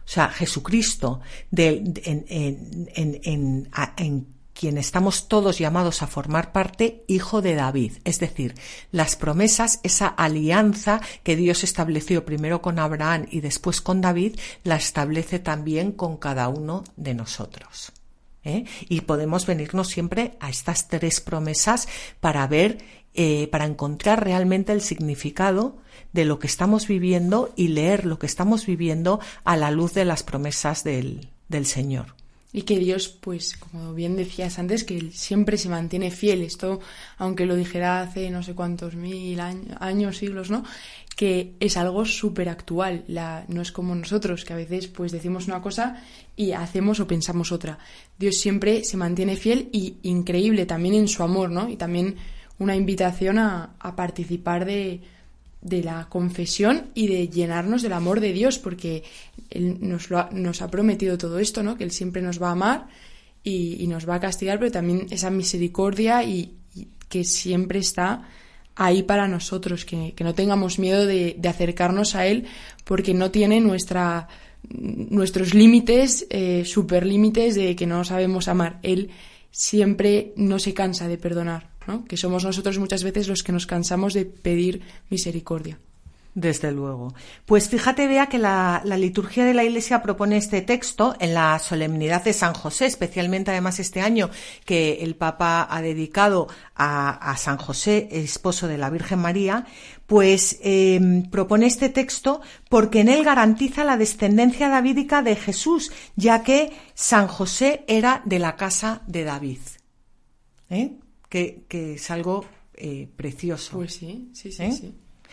O sea, Jesucristo, de, de, en, en, en, en, en quien estamos todos llamados a formar parte, hijo de David. Es decir, las promesas, esa alianza que Dios estableció primero con Abraham y después con David, la establece también con cada uno de nosotros. ¿Eh? Y podemos venirnos siempre a estas tres promesas para ver, eh, para encontrar realmente el significado de lo que estamos viviendo y leer lo que estamos viviendo a la luz de las promesas del, del Señor. Y que Dios, pues, como bien decías antes, que Él siempre se mantiene fiel. Esto, aunque lo dijera hace no sé cuántos mil años, años siglos, ¿no? Que es algo súper actual. La, no es como nosotros, que a veces pues decimos una cosa y hacemos o pensamos otra. Dios siempre se mantiene fiel y increíble también en su amor, ¿no? Y también una invitación a, a participar de... de la confesión y de llenarnos del amor de Dios, porque Él nos, lo ha, nos ha prometido todo esto, ¿no? Que Él siempre nos va a amar y, y nos va a castigar, pero también esa misericordia y, y que siempre está ahí para nosotros, que, que no tengamos miedo de, de acercarnos a Él, porque no tiene nuestra, nuestros límites, eh, superlímites de que no sabemos amar. Él siempre no se cansa de perdonar, ¿no? Que somos nosotros muchas veces los que nos cansamos de pedir misericordia. Desde luego. Pues fíjate, Bea, que la, la liturgia de la Iglesia propone este texto en la solemnidad de San José, especialmente además este año que el Papa ha dedicado a, a San José, esposo de la Virgen María, pues eh, propone este texto porque en él garantiza la descendencia davídica de Jesús, ya que San José era de la casa de David. ¿Eh? Que, que es algo eh, precioso. Pues sí, sí, sí, ¿Eh? sí.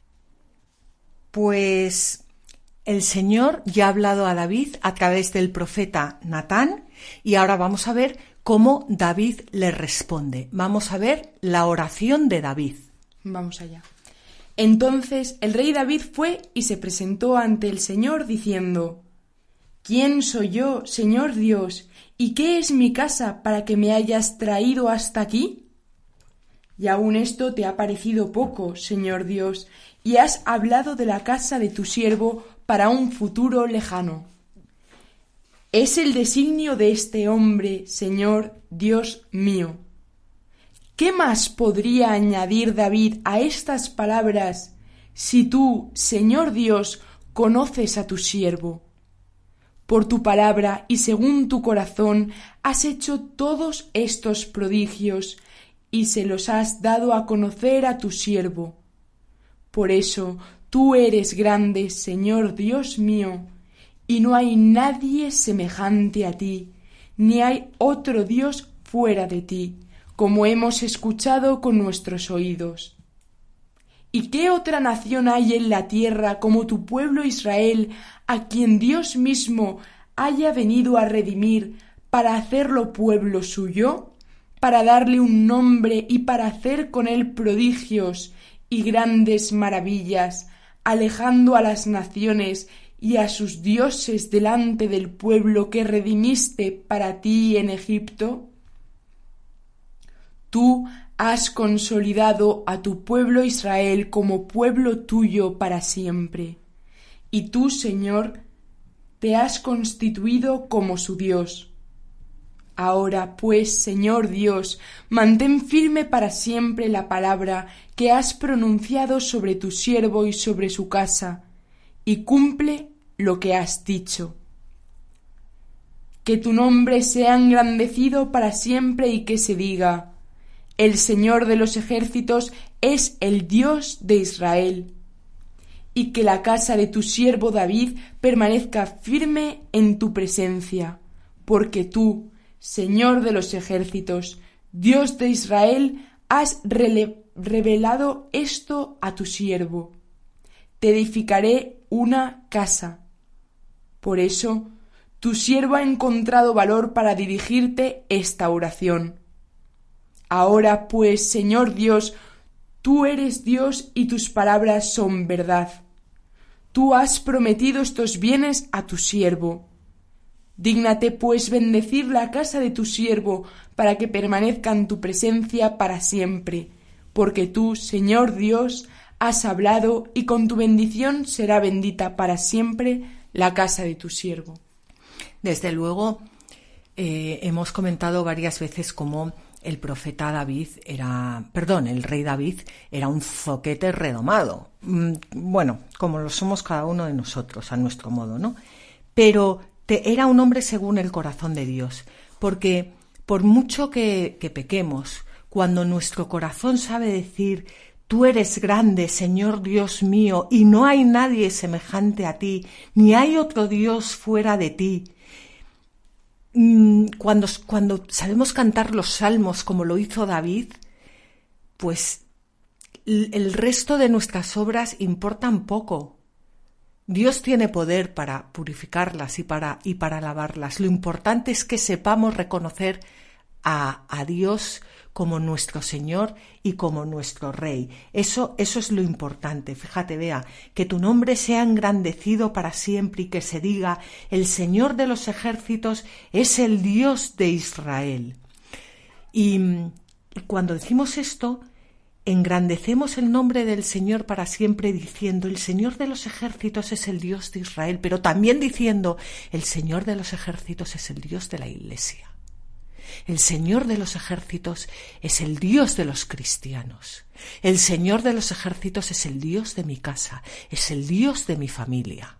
Pues el Señor ya ha hablado a David a través del profeta Natán y ahora vamos a ver cómo David le responde. Vamos a ver la oración de David. Vamos allá. Entonces el rey David fue y se presentó ante el Señor diciendo: ¿Quién soy yo, Señor Dios, y qué es mi casa para que me hayas traído hasta aquí? Y aún esto te ha parecido poco, Señor Dios, y has hablado de la casa de tu siervo para un futuro lejano. Es el designio de este hombre, Señor Dios mío. ¿Qué más podría añadir David a estas palabras si tú, Señor Dios, conoces a tu siervo? Por tu palabra y según tu corazón has hecho todos estos prodigios y se los has dado a conocer a tu siervo. Por eso tú eres grande, Señor Dios mío, y no hay nadie semejante a ti, ni hay otro Dios fuera de ti, como hemos escuchado con nuestros oídos. ¿Y qué otra nación hay en la tierra como tu pueblo Israel, a quien Dios mismo haya venido a redimir para hacerlo pueblo suyo, para darle un nombre y para hacer con él prodigios y grandes maravillas, alejando a las naciones y a sus dioses delante del pueblo que redimiste para ti en Egipto? Tú has consolidado a tu pueblo Israel como pueblo tuyo para siempre, y tú, Señor, te has constituido como su Dios. Ahora, pues, Señor Dios, mantén firme para siempre la palabra que has pronunciado sobre tu siervo y sobre su casa, y cumple lo que has dicho. Que tu nombre sea engrandecido para siempre y que se diga: el Señor de los ejércitos es el Dios de Israel. Y que la casa de tu siervo David permanezca firme en tu presencia, porque tú, Señor de los ejércitos, Dios de Israel, has rele- revelado esto a tu siervo. Te edificaré una casa. Por eso, tu siervo ha encontrado valor para dirigirte esta oración. Ahora, pues, Señor Dios, tú eres Dios y tus palabras son verdad. Tú has prometido estos bienes a tu siervo. Dígnate, pues, bendecir la casa de tu siervo para que permanezca en tu presencia para siempre, porque tú, Señor Dios, has hablado y con tu bendición será bendita para siempre la casa de tu siervo. Desde luego, eh, hemos comentado varias veces cómo el profeta David era, perdón, el rey David era un zoquete redomado. Bueno, como lo somos cada uno de nosotros, a nuestro modo, ¿no? Pero te, era un hombre según el corazón de Dios, porque por mucho que, que pequemos, cuando nuestro corazón sabe decir: tú eres grande, Señor Dios mío, y no hay nadie semejante a ti, ni hay otro Dios fuera de ti. Cuando, cuando sabemos cantar los salmos como lo hizo David, pues el resto de nuestras obras importan poco. Dios tiene poder para purificarlas y para, y para alabarlas. Lo importante es que sepamos reconocer a, a Dios como nuestro Señor y como nuestro Rey. Eso, eso es lo importante. Fíjate, Bea, que tu nombre sea engrandecido para siempre y que se diga: el Señor de los ejércitos es el Dios de Israel. Y, y cuando decimos esto, engrandecemos el nombre del Señor para siempre diciendo: el Señor de los ejércitos es el Dios de Israel, pero también diciendo: el Señor de los ejércitos es el Dios de la Iglesia. El Señor de los ejércitos es el Dios de los cristianos. El Señor de los ejércitos es el Dios de mi casa, es el Dios de mi familia.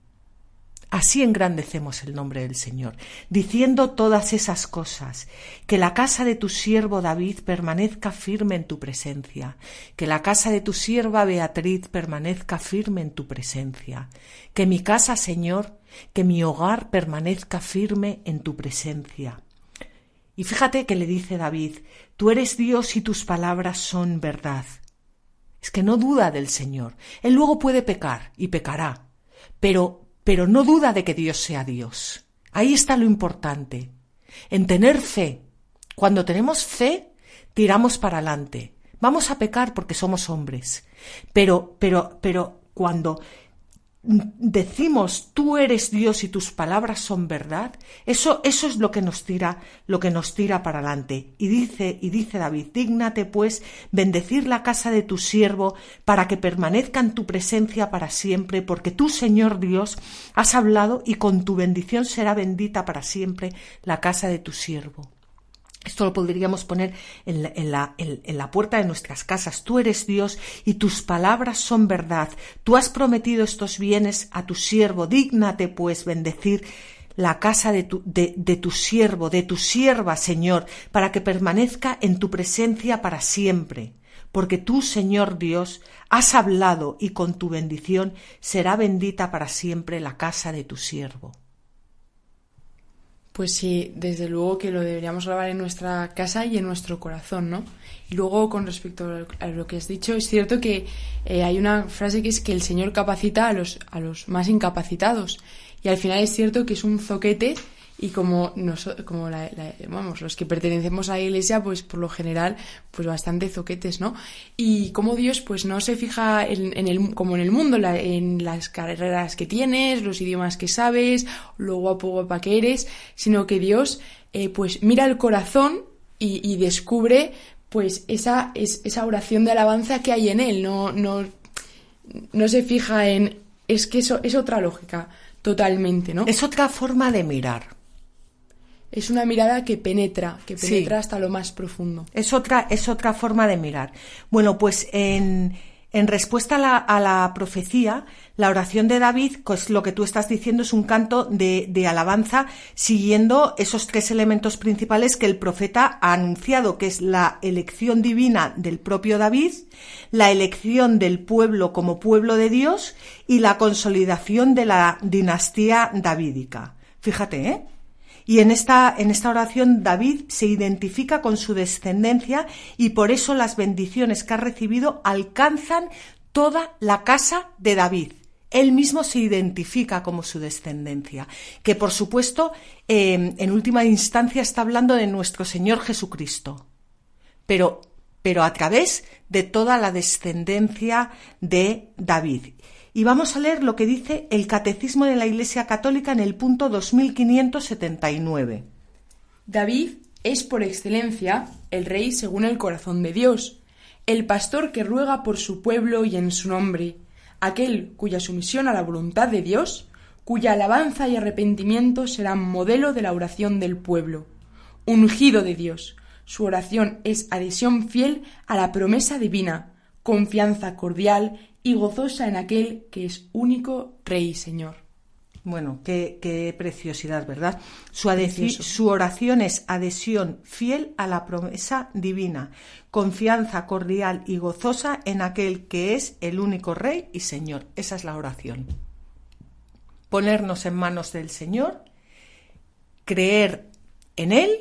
Así engrandecemos el nombre del Señor, diciendo todas esas cosas: que la casa de tu siervo David permanezca firme en tu presencia, que la casa de tu sierva Beatriz permanezca firme en tu presencia, que mi casa, Señor, que mi hogar permanezca firme en tu presencia. Y fíjate que le dice David: tú eres Dios y tus palabras son verdad. Es que no duda del Señor. Él luego puede pecar y pecará, pero, pero no duda de que Dios sea Dios. Ahí está lo importante, en tener fe. Cuando tenemos fe, tiramos para adelante. Vamos a pecar porque somos hombres, pero, pero, pero cuando decimos: tú eres Dios y tus palabras son verdad, eso, eso es lo que nos tira, lo que nos tira para adelante. Y dice, y dice David: dígnate pues bendecir la casa de tu siervo para que permanezca en tu presencia para siempre, porque tú, Señor Dios, has hablado y con tu bendición será bendita para siempre la casa de tu siervo. Esto lo podríamos poner en la, en, la, en, en la puerta de nuestras casas. Tú eres Dios y tus palabras son verdad. Tú has prometido estos bienes a tu siervo. Dígnate, pues, bendecir la casa de tu, de, de tu siervo, de tu sierva, Señor, para que permanezca en tu presencia para siempre. Porque tú, Señor Dios, has hablado y con tu bendición será bendita para siempre la casa de tu siervo. Pues sí, desde luego que lo deberíamos grabar en nuestra casa y en nuestro corazón, ¿no? Y luego, con respecto a lo que has dicho, es cierto que eh, hay una frase que es que el Señor capacita a los, a los más incapacitados. Y al final es cierto que es un zoquete, y como, nos, como la, la, vamos, los que pertenecemos a la Iglesia, pues por lo general, pues bastante zoquetes, ¿no? Y como Dios, pues no se fija en, en el, como en el mundo, la, en las carreras que tienes, los idiomas que sabes, lo guapo guapa que eres, sino que Dios, eh, pues mira el corazón y, y descubre, pues esa, es, esa oración de alabanza que hay en él. No, no, no se fija en, es que eso es otra lógica, totalmente, ¿no? Es otra forma de mirar. Es una mirada que penetra, que penetra sí. hasta lo más profundo. Es otra, es otra forma de mirar. Bueno, pues en, en respuesta a la, a la profecía, la oración de David, pues lo que tú estás diciendo es un canto de, de alabanza siguiendo esos tres elementos principales que el profeta ha anunciado, que es la elección divina del propio David, la elección del pueblo como pueblo de Dios y la consolidación de la dinastía davídica. Fíjate, ¿eh? Y en esta, en esta oración David se identifica con su descendencia y por eso las bendiciones que ha recibido alcanzan toda la casa de David. Él mismo se identifica como su descendencia, que por supuesto eh, en última instancia está hablando de nuestro Señor Jesucristo, pero, pero a través de toda la descendencia de David. Y vamos a leer lo que dice el Catecismo de la Iglesia Católica en el punto dos mil quinientos setenta y nueve. David es por excelencia el rey según el corazón de Dios, el pastor que ruega por su pueblo y en su nombre, aquel cuya sumisión a la voluntad de Dios, cuya alabanza y arrepentimiento serán modelo de la oración del pueblo. Ungido de Dios. Su oración es adhesión fiel a la promesa divina, confianza cordial y gozosa en aquel que es único Rey y Señor. Bueno, qué, qué preciosidad, ¿verdad? Su, adhesi- su oración es adhesión fiel a la promesa divina, confianza cordial y gozosa en aquel que es el único Rey y Señor. Esa es la oración. Ponernos en manos del Señor, creer en Él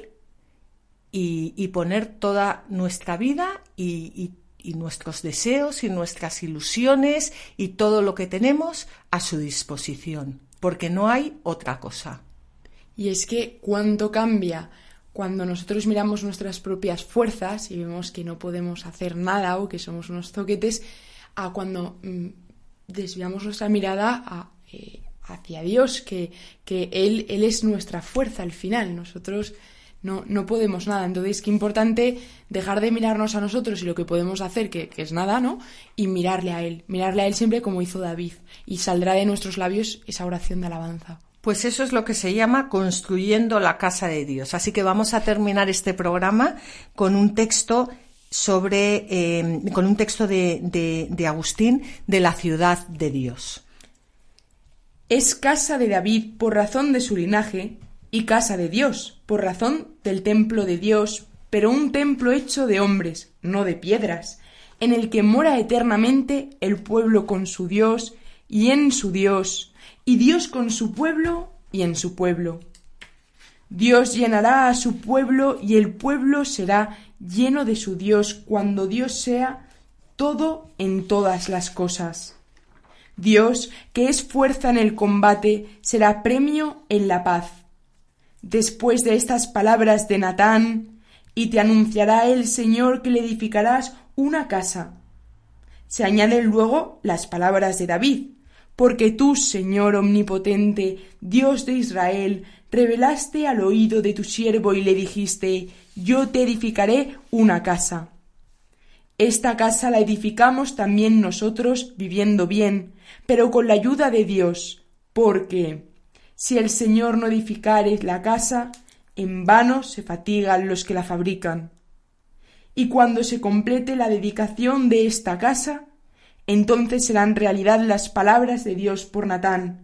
y, y poner toda nuestra vida y, y, y nuestros deseos y nuestras ilusiones y todo lo que tenemos a su disposición, porque no hay otra cosa. Y es que cuánto cambia cuando nosotros miramos nuestras propias fuerzas y vemos que no podemos hacer nada o que somos unos zoquetes, a cuando mmm, desviamos nuestra mirada a... Eh, hacia Dios, que, que Él, Él es nuestra fuerza al final. Nosotros no, no podemos nada. Entonces, qué importante dejar de mirarnos a nosotros y lo que podemos hacer, que, que es nada, ¿no? Y mirarle a Él. Mirarle a Él siempre como hizo David. Y saldrá de nuestros labios esa oración de alabanza. Pues eso es lo que se llama construyendo la casa de Dios. Así que vamos a terminar este programa con un texto sobre, eh, con un texto de, de, de Agustín de la ciudad de Dios. Es casa de David por razón de su linaje, y casa de Dios por razón del templo de Dios, pero un templo hecho de hombres, no de piedras, en el que mora eternamente el pueblo con su Dios y en su Dios, y Dios con su pueblo y en su pueblo. Dios llenará a su pueblo y el pueblo será lleno de su Dios cuando Dios sea todo en todas las cosas. Dios, que es fuerza en el combate, será premio en la paz. Después de estas palabras de Natán, y te anunciará el Señor que le edificarás una casa. Se añaden luego las palabras de David, porque tú, Señor omnipotente, Dios de Israel, revelaste al oído de tu siervo y le dijiste, yo te edificaré una casa. Esta casa la edificamos también nosotros viviendo bien, pero con la ayuda de Dios, porque si el Señor no edificare la casa, en vano se fatigan los que la fabrican. Y cuando se complete la dedicación de esta casa, entonces serán realidad las palabras de Dios por Natán.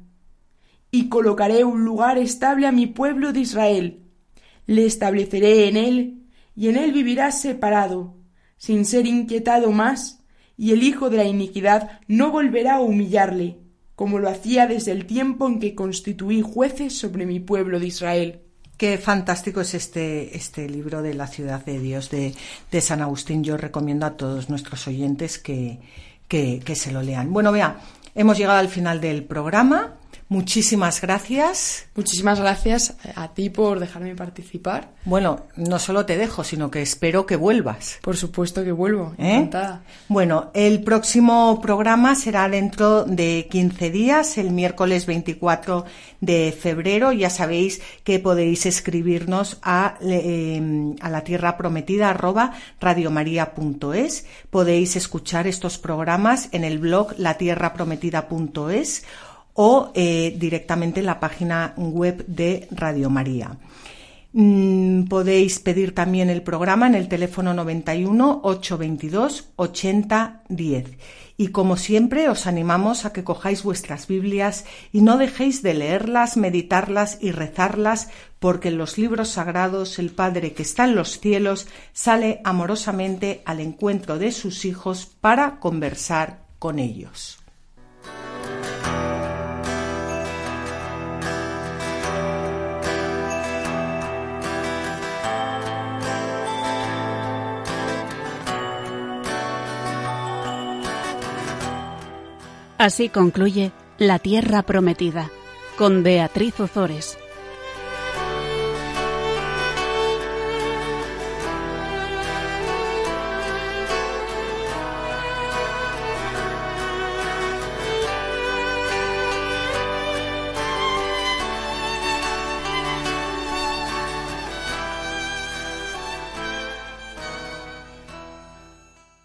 Y colocaré un lugar estable a mi pueblo de Israel, le estableceré en él, y en él vivirá separado, sin ser inquietado más, y el hijo de la iniquidad no volverá a humillarle, como lo hacía desde el tiempo en que constituí jueces sobre mi pueblo de Israel. Qué fantástico es este, este libro de la ciudad de Dios de, de San Agustín. Yo recomiendo a todos nuestros oyentes que, que, que se lo lean. Bueno, vea, hemos llegado al final del programa. Muchísimas gracias. Muchísimas gracias a ti por dejarme participar. Bueno, no solo te dejo, sino que espero que vuelvas. Por supuesto que vuelvo, ¿Eh? encantada. Bueno, el próximo programa será dentro de quince días, el miércoles veinticuatro de febrero. Ya sabéis que podéis escribirnos a, eh, a la tierra prometida arroba radiomaria punto es. Podéis escuchar estos programas en el blog la tierra prometida punto es o eh, directamente en la página web de Radio María. Mm, podéis pedir también el programa en el teléfono noventa y uno, ochocientos veintidós, ochenta diez. Y como siempre os animamos a que cojáis vuestras Biblias y no dejéis de leerlas, meditarlas y rezarlas, porque en los libros sagrados el Padre que está en los cielos sale amorosamente al encuentro de sus hijos para conversar con ellos. Así concluye La Tierra Prometida, con Beatriz Ozores.